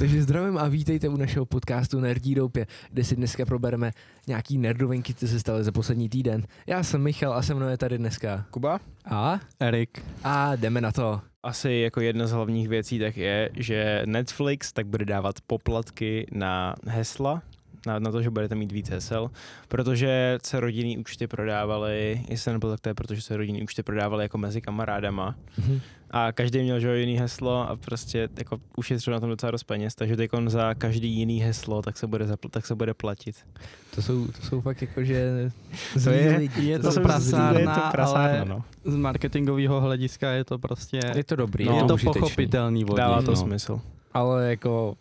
Takže zdravím a vítejte u našeho podcastu Nerdí doupě, kde si dneska probereme nějaký nerdovinky, co se staly za poslední týden. Já jsem Michal a se mnou je tady dneska Kuba a Erik. A jdeme na to. Asi jako jedna z hlavních věcí tak je, že Netflix tak bude dávat poplatky na hesla, na to, že budete mít víc hesel, protože se rodinný účty prodávaly, jestli nebylo tak to je, protože se rodinný účty prodávaly jako mezi kamarádama a každý měl že jiný heslo a prostě jako ušetřil na tom docela dost peněz, takže teďkon za každý jiný heslo tak se bude platit. To jsou fakt jako, že je to prasárna, ale no. Z marketingového hlediska je to prostě... Je to dobrý, je to pochopitelný. Dává to smysl. Ale jako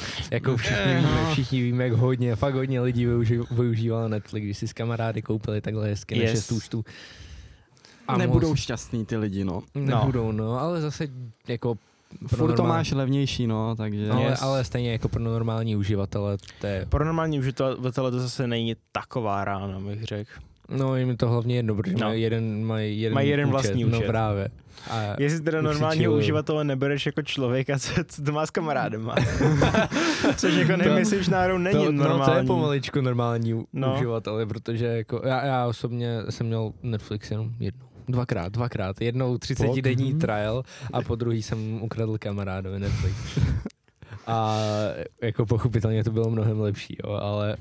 všichni víme, jak fakt hodně lidí využívalo Netflix, když si s kamarády koupili takhle hezky na 6 účtů. A nebudou šťastní ty lidi, no. Nebudou, no, ale zase jako... Furt to máš levnější, no, takže... Ale stejně jako pro normální uživatele, to je... Pro normální uživatele to zase není taková rána, bych řekl. No, jim to hlavně jedno, protože mají jeden vlastní účet. No právě. A jestli teda normálního uživatele nebereš jako člověka, co to má s kamarádem. Což jako nemyslíš náhodou není normální. No to je pomaličku normální uživatel, protože jako já osobně jsem měl Netflix jenom jednou. Dvakrát. Jednou 30denní trial a po druhý jsem ukradl kamarádovi Netflix. A jako pochopitelně to bylo mnohem lepší, jo, ale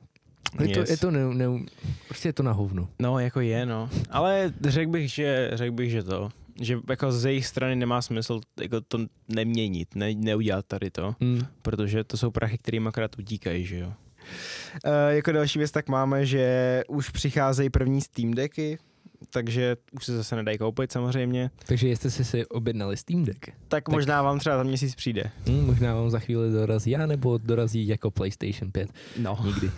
prostě je to na hovno. No, jako je, no. Ale řekl bych, že jako z jejich strany nemá smysl jako to neměnit, neudělat tady to, protože to jsou prachy, kterým akorát utíkají, že jo. Jako další věc tak máme, že už přicházejí první Steam Decky, takže už se zase nedají koupit samozřejmě. Takže jestli jste si objednali Steam Deck, tak možná vám třeba za měsíc přijde. Možná vám za chvíli dorazí, nebo dorazí jako PlayStation 5. No. Nikdy.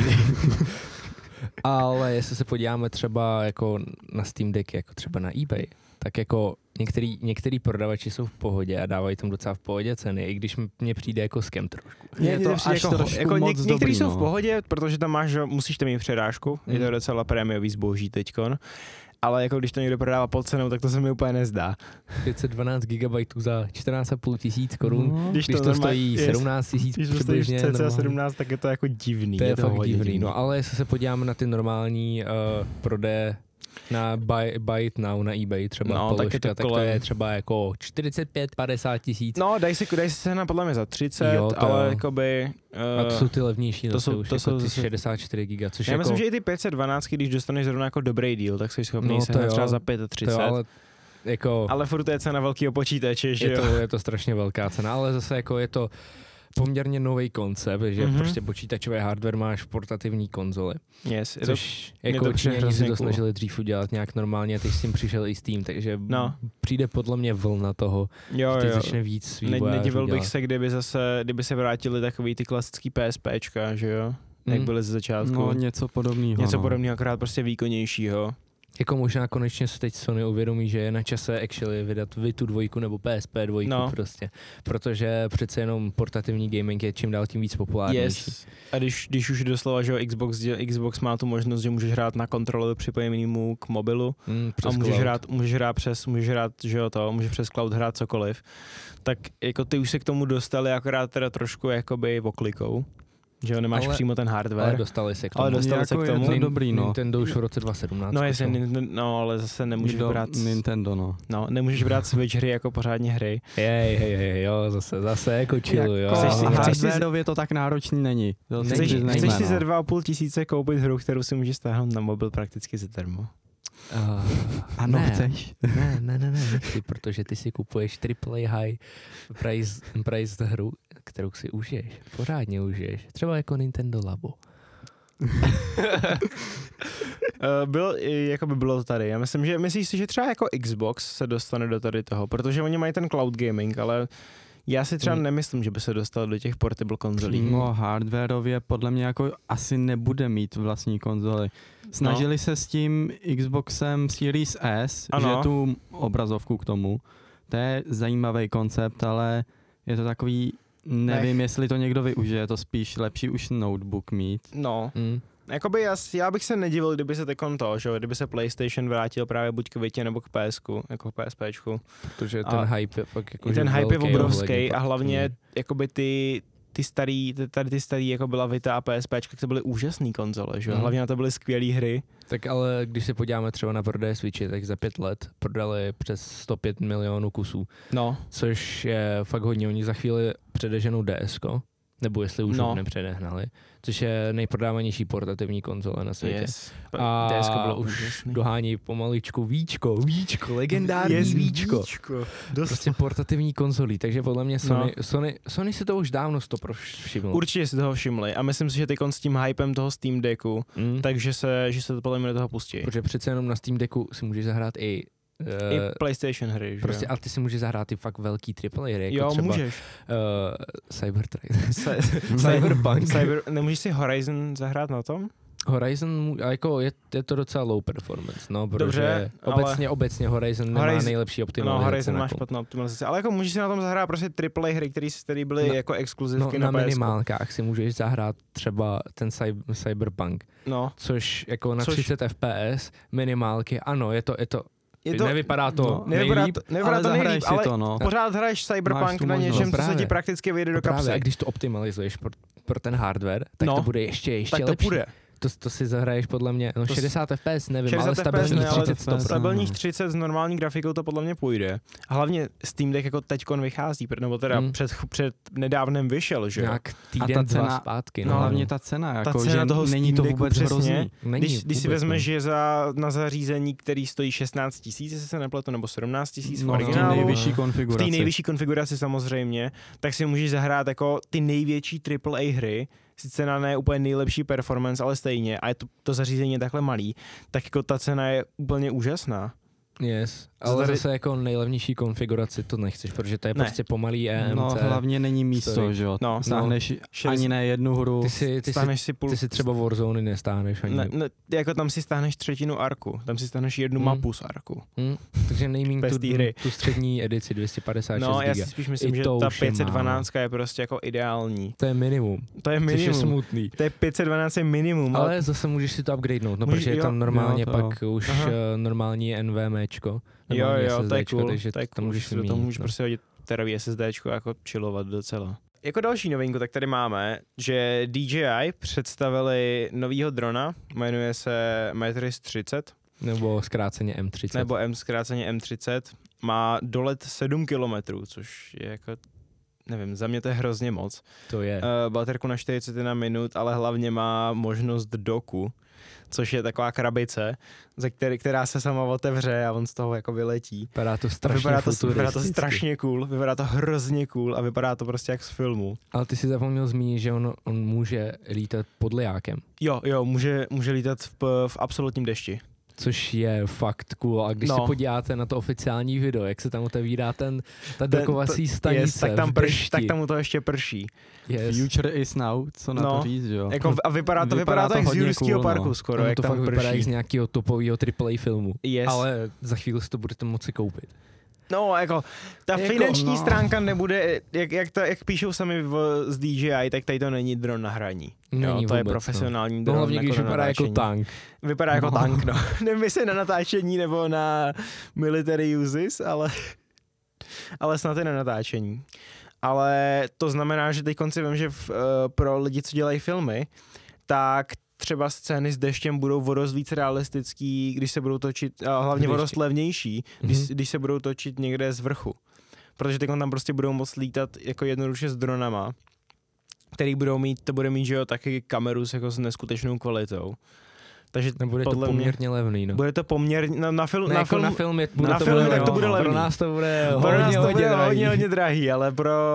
Ale jestli se podíváme třeba jako na Steam Deck, jako třeba na eBay, tak jako některý prodavači jsou v pohodě a dávají tam docela v pohodě ceny, i když mně přijde jako scam trošku. Je to až jako některý jsou v pohodě, protože tam musíš tam mít předášku, je to docela prémiový zboží teďkon, ale jako když to někdo prodává pod cenou, tak to se mi úplně nezdá. 512 GB za 14,5 tisíc korun, když to stojí 17 tisíc přibližně. Když to 17, tak je to jako divný. To je fakt divný, no ale jestli se podíváme na ty normální prodeje na buy it now na eBay třeba položka, tak to je třeba jako 45-50 tisíc. No, dají si se podle mě za 30, jo, ale jakoby... a to jsou ty levnější, to jsou ty 64 giga, což já jako... myslím, že i ty 512, když dostaneš zrovna jako dobrý deal, tak jsi schopný se třeba za 35. Ale furt je cena velkýho počítače, že jo? Je to strašně velká cena, ale zase jako je to poměrně nový koncept, že prostě počítačový hardware máš v portativní konzoli. Yes, což jako Číňani si to snažili dřív udělat nějak normálně a teď s tím přišel i Steam, takže přijde podle mě vlna toho, že teď začne víc Nedivil bych se, kdyby se vrátili takový ty klasický PSPčka, že jo? Jak byly ze začátku. No, něco podobného. Něco podobného, akorát prostě výkonnějšího. Jako možná konečně se teď Sony uvědomí, že je na čase actually vydat Vita 2 nebo PSP 2 prostě, protože přece jenom portativní gaming je čím dál tím víc populárnější. Yes. A když už doslova, že Xbox má tu možnost, že můžeš hrát na kontroleru připojenému k mobilu a můžeš hrát, že jo, můžeš přes cloud hrát cokoliv, tak jako ty už se k tomu dostali akorát teda trošku jakoby oklikou. Že jo, nemáš přímo ten hardware. Ale dostali se k tomu. Je dobrý, no. Nintendo už v roce 2017. No jestli, ale zase nemůžeš brát... Nintendo, no. No, nemůžeš brát Switch hry jako pořádně hry. Jo, zase jako chillu, jo. Hardwareově to tak náročný není. Chceš si za 2,5 tisíce koupit hru, kterou si můžeš stáhnout na mobil prakticky zadarmo? Ano, chceš? Ne, nechci, protože ty si kupuješ AAA high price hru, kterou si užiješ, pořádně užiješ, třeba jako Nintendo Labo. Bylo to tady. Já myslím, že myslíš si, že třeba jako Xbox se dostane do tady toho, protože oni mají ten cloud gaming, ale já si třeba nemyslím, že by se dostal do těch portable konzolí. Přímo hardwareově podle mě jako asi nebude mít vlastní konzoli. Snažili se s tím Xboxem Series S, že tu obrazovku k tomu. To je zajímavý koncept, ale je to takový, nevím, jestli to někdo využije, je to spíš lepší už notebook mít. No. Jakoby já bych se nedivil, kdyby se kdyby se PlayStation vrátil právě buď k Vitě nebo k PSku, jako k PSPčku. Protože ten hype je fakt jako ten hype je obrovský a hlavně jakoby ty starý, jako byla Vita a PSPčka, to byly úžasný konzole, že jo? Hlavně na to byly skvělé hry. Tak ale když se podíváme třeba na prodeje Switchi, tak za 5 let prodali přes 105 milionů kusů. No. Což je fakt hodně. Oni za chvíli předeženou DSko, nebo jestli už ho nepředehnali, což je nejprodávanější portativní konzole na světě. Yes. A DSko bylo už dohání pomaličku Víčko, legendární Víčko. Prostě portativní konzolí, takže podle mě Sony si to už dávno všimlo. Určitě si toho všimli a myslím si, že teď s tím hypem toho Steam Decku, takže že se to podle mě do toho pustí. Protože přece jenom na Steam Decku si můžeš zahrát i PlayStation hry, že prostě, ale ty si můžeš zahrát ty fakt velký AAA hry, jako jo, třeba můžeš. Cyberpunk. Nemůžeš si Horizon zahrát na tom? Horizon, jako je to docela low performance, no, protože dobře, obecně Horizon nemá nejlepší optimalizaci. No, Horizon má špatnou optimalizaci, ale jako můžeš si na tom zahrát prostě AAA hry, které byly jako exkluzivky na PS. Na minimálkách si můžeš zahrát třeba ten Cyberpunk, což jako na 30 FPS minimálky, ano, je to nevypadá to nejlíp, ale pořád hraješ Cyberpunk na něčem, co se ti prakticky vyjde do kapsy. A když to optimalizuješ pro ten hardware, tak to bude ještě lepší. To si zahraješ podle mě, 60 FPS nevím, 60 ale stabilních 30 100%. Stabilních 30 s normální grafikou to podle mě půjde. A hlavně Steam Deck jako teďkon vychází, nebo teda před nedávnem vyšel, že jo? Nějak týden, dva zpátky. No hlavně ta cena, jako, ta cena že toho není to vůbec hrozný. Když si vezmeš, že na zařízení, který stojí 16 000, jestli se nepletu, nebo 17 000 v originálu, v té nejvyšší konfiguraci samozřejmě, tak si můžeš zahrát jako ty největší AAA hry, sice na ne úplně nejlepší performance, ale stejně, a je to zařízení je takhle malý, tak jako ta cena je úplně úžasná. Yes, ale zase jako nejlevnější konfiguraci to nechceš, protože to je prostě pomalý EMC. No hlavně není místo, že jo? Stáhneš ani ne jednu hru. Ty si třeba Warzone nestáhneš ani. Jako tam si stáhneš třetinu arku, tam si stáhneš jednu mapu z arku. Takže nejmíň tu střední edici 256 GB. No já si spíš myslím, že ta 512 je prostě jako ideální. To je minimum. Což je smutný. To je 512 je minimum. Ale zase můžeš si to upgradenout, no protože je tam normálně pak už normální NVMEčko. Jo, to je cool. Takže to můžeš do toho můžeš prostě hodit terový SSDčko jako chillovat docela. Jako další novinku, tak tady máme, že DJI představili novýho drona, jmenuje se Matrix 30. Nebo zkráceně M30. Nebo zkráceně M30. Má dolet 7 km, což je jako, nevím, za mě to je hrozně moc. To je. Baterku na 41 minut, ale hlavně má možnost doku, což je taková krabice, která se sama otevře a on z toho jako vyletí. Vypadá to strašně vypadá to strašně cool, vypadá to hrozně cool a vypadá to prostě jak z filmu. Ale ty si zapomněl zmínit, že on může lítat pod lijákem. Jo, může lítat v absolutním dešti. Což je fakt cool. A když se podíváte na to oficiální video, jak se tam otevírá ta dokovací stanice tak tam u toho ještě prší. Yes. Future is now, co na to říct, jo. Jako, a vypadá to jak z Jurského parku skoro, jak to tam fakt prší. Vypadá jak z nějakého topového AAA filmu. Yes. Ale za chvíli si to budete moci koupit. No, jako, ta finanční stránka nebude, jak píšou sami z DJI, tak tady to není dron na hraní. Jo, to je profesionální dron. No hlavně, když vypadá jako tank. Vypadá jako tank, no. Nevím, jestli na natáčení nebo na military uses, ale snad je na natáčení. Ale to znamená, že teď si vím, že pro lidi, co dělají filmy, tak třeba scény s deštěm budou o dost víc realistický, když se budou točit, a hlavně o dost levnější, když se budou točit někde z vrchu. Protože teď tam prostě budou moct lítat jako jednoduše s dronama, který bude mít, že jo, taky kameru jako s neskutečnou kvalitou. Takže bude to poměrně levný, no. Bude to poměrně, na film tak to bude levný. Pro nás to bude hodně drahý, ale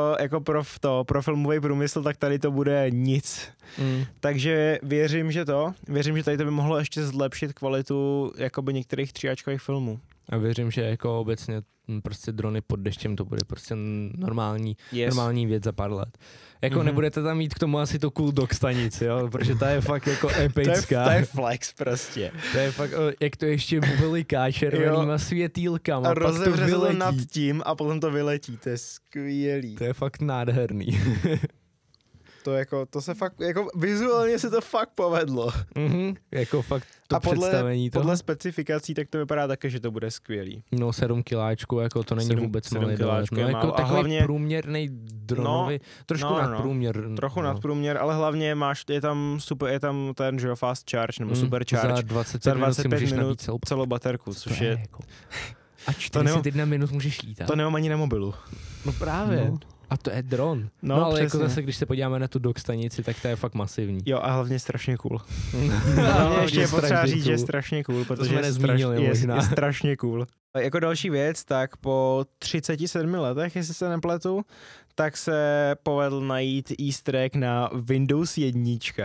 pro filmový průmysl, tak tady to bude nic. Takže věřím, že tady to by mohlo ještě zlepšit kvalitu jakoby některých tříáčkových filmů. A věřím, že jako obecně prostě drony pod deštěm to bude prostě normální věc za pár let. Jako nebudete tam mít k tomu asi to cool dog stanici, jo, protože ta je fakt jako epická. To je flex prostě. To je fakt, jak to ještě veliká červenýma světýlkama. A rozevře se to nad tím a potom to vyletí, to je skvělý. To je fakt nádherný. To se fakt, jako vizuálně se to fakt povedlo. Jako fakt to a představení toho. Podle specifikací, tak to vypadá také, že to bude skvělý. No 7 kiláčků, jako to není vůbec malý dolet. No jako takový hlavně průměrný dronový, trošku nadprůměr. Trochu nadprůměr, ale hlavně je tam ten, že fast charge, nebo super charge. Za 25 minut celou baterku, což je... Jako. A 41 minut můžeš lítat. To nemám ani na mobilu. No právě. No. A to je dron. No ale přesně. Jako zase, když se podíváme na tu dock stanici, tak to je fakt masivní. Jo a hlavně strašně cool. Hlavně ještě je potřeba říct, že je strašně cool, protože je strašně cool. Jako další věc, tak po 37 letech, jestli se nepletu, tak se povedl najít easter egg na Windows 1.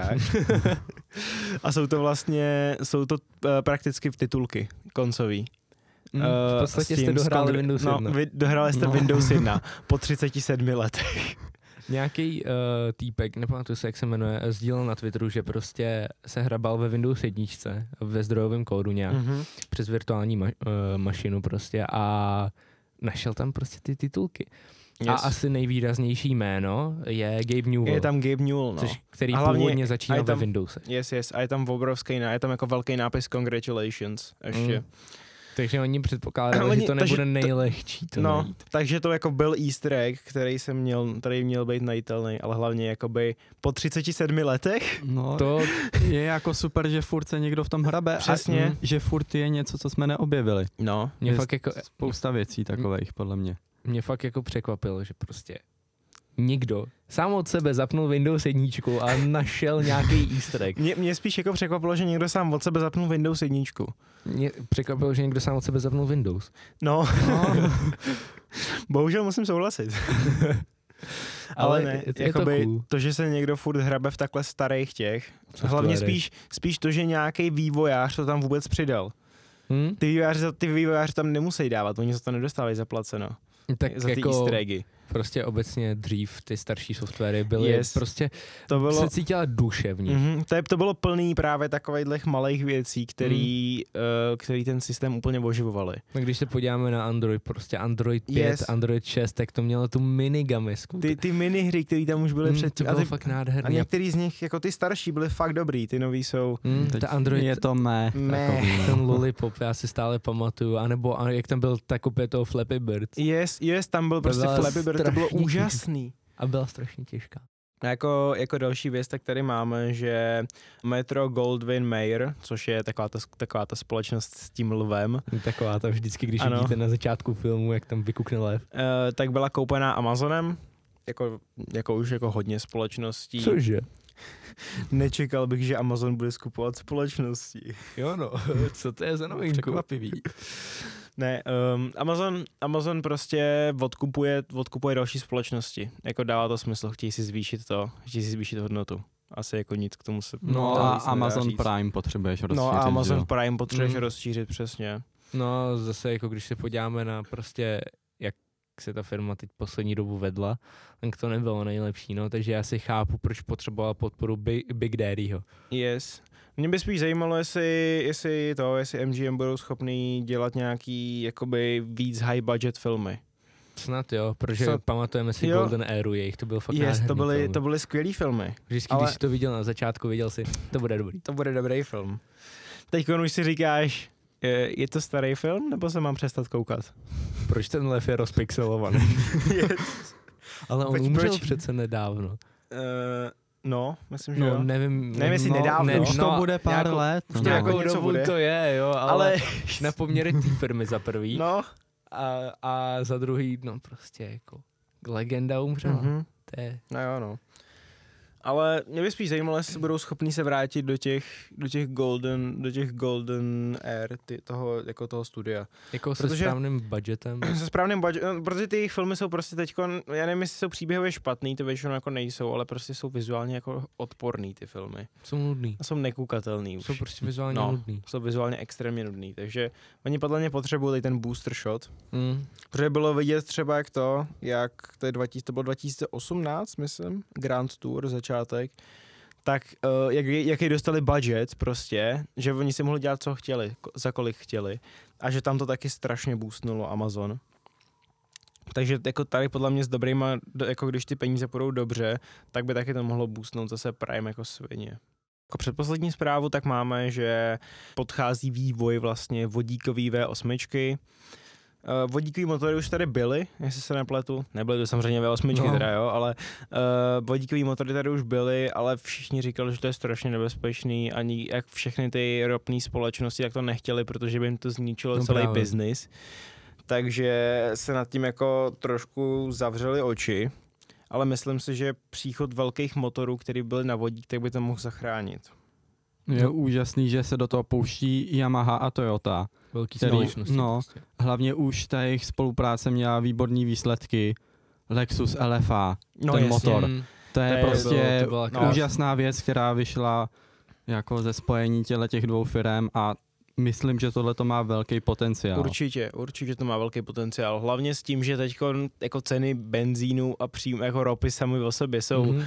A jsou to prakticky titulky koncový. V podstatě jste dohráli Windows 1. No, vy dohráli jste Windows 1 po 37 letech. Nějaký týpek, nepamatuji se, jak se jmenuje, sdílel na Twitteru, že prostě se hrabal ve Windows 1 ve zdrojovém kódu nějak přes virtuální mašinu prostě a našel tam prostě ty titulky. Yes. A asi nejvýraznější jméno je Gabe Newell. Je tam Gabe Newell, no. Který původně začínal ve Windowse. Yes. A je tam je tam jako velký nápis Congratulations ještě. Takže oni předpokládali, že to nebude nejlehčí to najít. Takže to jako byl easter egg, který měl být najitelný, ale hlavně jakoby po 37 letech. No, to je jako super, že furt se někdo v tom hrabe. Přesně. A že furt je něco, co jsme neobjevili. No. Mě fakt jako spousta věcí takových, podle mě. Mě fakt jako překvapilo, že prostě někdo sám od sebe zapnul Windows 1 a našel nějaký easter egg. Mě spíš jako překvapilo, že někdo sám od sebe zapnul Windows 1. Mě překvapilo, že někdo sám od sebe zapnul Windows. No. Bohužel musím souhlasit. Ale ne, jakoby to, cool. To, že se někdo furt hrabe v takhle starých těch, hlavně spíš to, že nějaký vývojář to tam vůbec přidal. Ty vývojáři tam nemusí dávat, oni za to nedostávají zaplaceno. Tak za ty jako easter eggy. Prostě obecně dřív ty starší softwary byly prostě, se cítila duševně. To bylo plný právě takových malých věcí, který ten systém úplně oživovaly. Když se podíváme na Android, prostě Android 5, Android 6, tak to mělo tu minigamisku. Ty minihry, které tam už byly předtím. To bylo fakt nádherný. A některý z nich, jako ty starší, byly fakt dobrý, ty nový jsou. Ta Android je to ten Lollipop, já si stále pamatuju, anebo jak tam byl ta kopie toho Flappy Bird. Yes, tam byl prostě Flappy Bird, to bylo úžasný. A byla strašně těžká. Jako další věc, tak tady máme, že Metro Goldwyn Mayer, což je taková ta společnost s tím lvem. Taková ta vždycky, když vidíte na začátku filmu, jak tam vykukne lev. Tak byla koupená Amazonem, jako už jako hodně společností. Cože? Nečekal bych, že Amazon bude skupovat společnosti. Jo no, co to je za novinku? Překvapivý. Ne, Amazon prostě odkupuje další společnosti. Jako dává to smysl, chtějí si zvýšit hodnotu. Asi jako nic k tomu se... No a Amazon Prime potřebuješ rozšířit. No a Amazon Prime potřebuješ rozšířit, přesně. No zase jako když se podíváme na prostě, jak se ta firma teď poslední dobu vedla, tak to nebylo nejlepší, no, takže já si chápu, proč potřeboval podporu Big Daddyho. Yes. Mě by spíš zajímalo, jestli MGM budou schopný dělat nějaký jakoby víc high budget filmy. Snad jo, protože pamatujeme si Golden Eru jejich, to byl fakt nádherný to byly skvělý filmy. Vždycky, když jsi to viděl na začátku, viděl si, to bude dobrý. To bude dobrý film. Teď už si říkáš, je to starý film, nebo se mám přestat koukat? Proč ten lev je rozpixelovaný? Yes. Ale on umřel přece nedávno. No, myslím, že jo. Nevím, jestli nedávno. Už to bude pár let. Už to nějakou dobu to je, jo, ale na poměry té firmy za prvý. No. A za druhý, no prostě jako legenda umřela. To je... No jo, no. Ale mě by spíš zajímalo, jestli budou schopní se vrátit do těch Golden Air, toho studia. Jako se správným budgetem. Se správným budgetem, protože ty filmy jsou prostě teďko, já nevím, jestli jsou příběhově špatný, to většinou jako nejsou, ale prostě jsou vizuálně jako odporný ty filmy. Jsou nudný. A jsou nekoukatelný už. Jsou prostě vizuálně nudný. Jsou vizuálně extrémně nudný, takže oni podle mě potřebují ten booster shot. Protože bylo vidět třeba jak to bylo 2018, myslím, Grand Tour začátek, tak jaký dostali budget prostě, že oni si mohli dělat, co chtěli, za kolik chtěli a že tam to taky strašně boostnulo Amazon. Takže jako tady podle mě s dobrýma, jako když ty peníze půjdou dobře, tak by taky to mohlo boostnout zase Prime jako svině. Jako předposlední zprávu tak máme, že podchází vývoj vlastně vodíkový V8. Vodíkový motory už tady byly, jestli se nepletu. Nebyly to samozřejmě V8 teda, jo, ale vodíkový motory tady už byly, ale všichni říkali, že to je strašně nebezpečný. Ani jak všechny ty ropné společnosti tak to nechtěli, protože by jim to zničilo celý biznis. Takže se nad tím jako trošku zavřeli oči. Ale myslím si, že příchod velkých motorů, který byly na vodík, tak by to mohl zachránit. Je úžasný, že se do toho pouští Yamaha a Toyota. Velký společnosti. No, prostě. Hlavně už ta jejich spolupráce měla výborné výsledky. Lexus LFA, ten motor. To je prostě úžasná věc, která vyšla jako ze spojení těch dvou firem a myslím, že tohle to má velký potenciál. Určitě to má velký potenciál. Hlavně s tím, že teď jako ceny benzínu a jako ropy sami o sobě jsou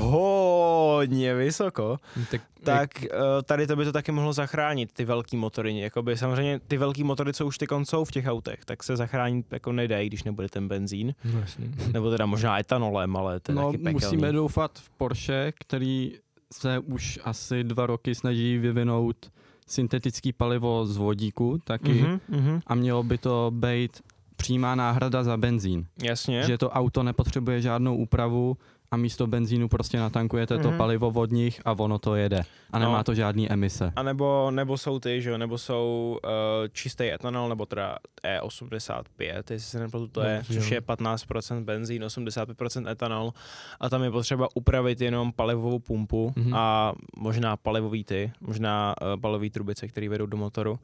hodně vysoko, tak tady to by to taky mohlo zachránit, ty velký motory. Jakoby, samozřejmě ty velký motory, co už jsou v těch autech, tak se zachránit jako nedají, když nebude ten benzín. Nebo teda možná etanolem, ale to je taky pekelný. Musíme doufat v Porsche, který se už asi 2 roky snaží vyvinout syntetický palivo z vodíku taky a mělo by to být přímá náhrada za benzín. Jasně. Že to auto nepotřebuje žádnou úpravu a místo benzínu prostě natankujete to palivo od nich a ono to jede. A nemá to žádný emise. A nebo jsou ty, že nebo jsou čistý etanol, nebo teda E85, jestli se nepletu, to je, což je 15% benzín, 85% etanol. A tam je potřeba upravit jenom palivovou pumpu a možná možná palivové trubice, které vedou do motoru.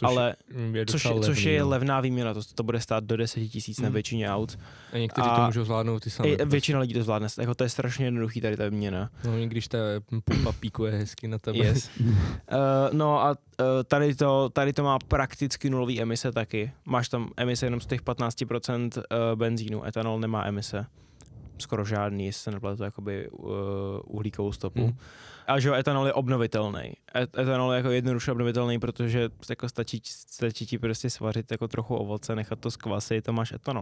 Což je levná výměna, to bude stát do 10 000 na většině aut. A někteří to můžou zvládnout ty sami. Většina lidí to zvládne, jako to je strašně jednoduchý tady ta výměna. No, když ta pumpa píkuje hezky na tebe. Yes. No a tady to má prakticky nulový emise taky. Máš tam emise jenom z těch 15% benzínu. Etanol nemá emise. Skoro žádný, jestli se nepletu jakoby uhlíkovou stopu. A že etanol je obnovitelný. Etanol je jako jednoduše obnovitelný, protože jako stačí ti prostě svařit jako trochu ovoce, nechat to zkvasit a máš etanol.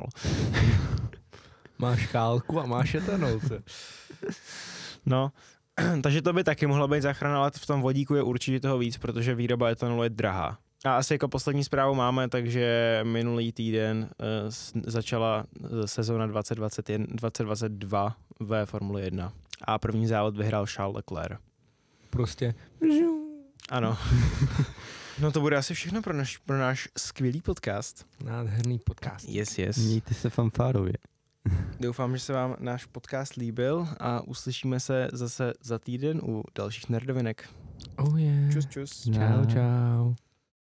Máš chálku a máš etanol. No, takže to by taky mohla být záchrana, ale v tom vodíku je určitě toho víc, protože výroba etanolu je drahá. A asi jako poslední zprávu máme, takže minulý týden začala sezóna 2022 ve Formule 1 a první závod vyhrál Charles Leclerc. Prostě. Ano. No to bude asi všechno pro náš skvělý podcast. Nádherný podcast. Yes. Mějte se fanfárově. Doufám, že se vám náš podcast líbil a uslyšíme se zase za týden u dalších nerdovinek. Oh yeah. Čus. Čau.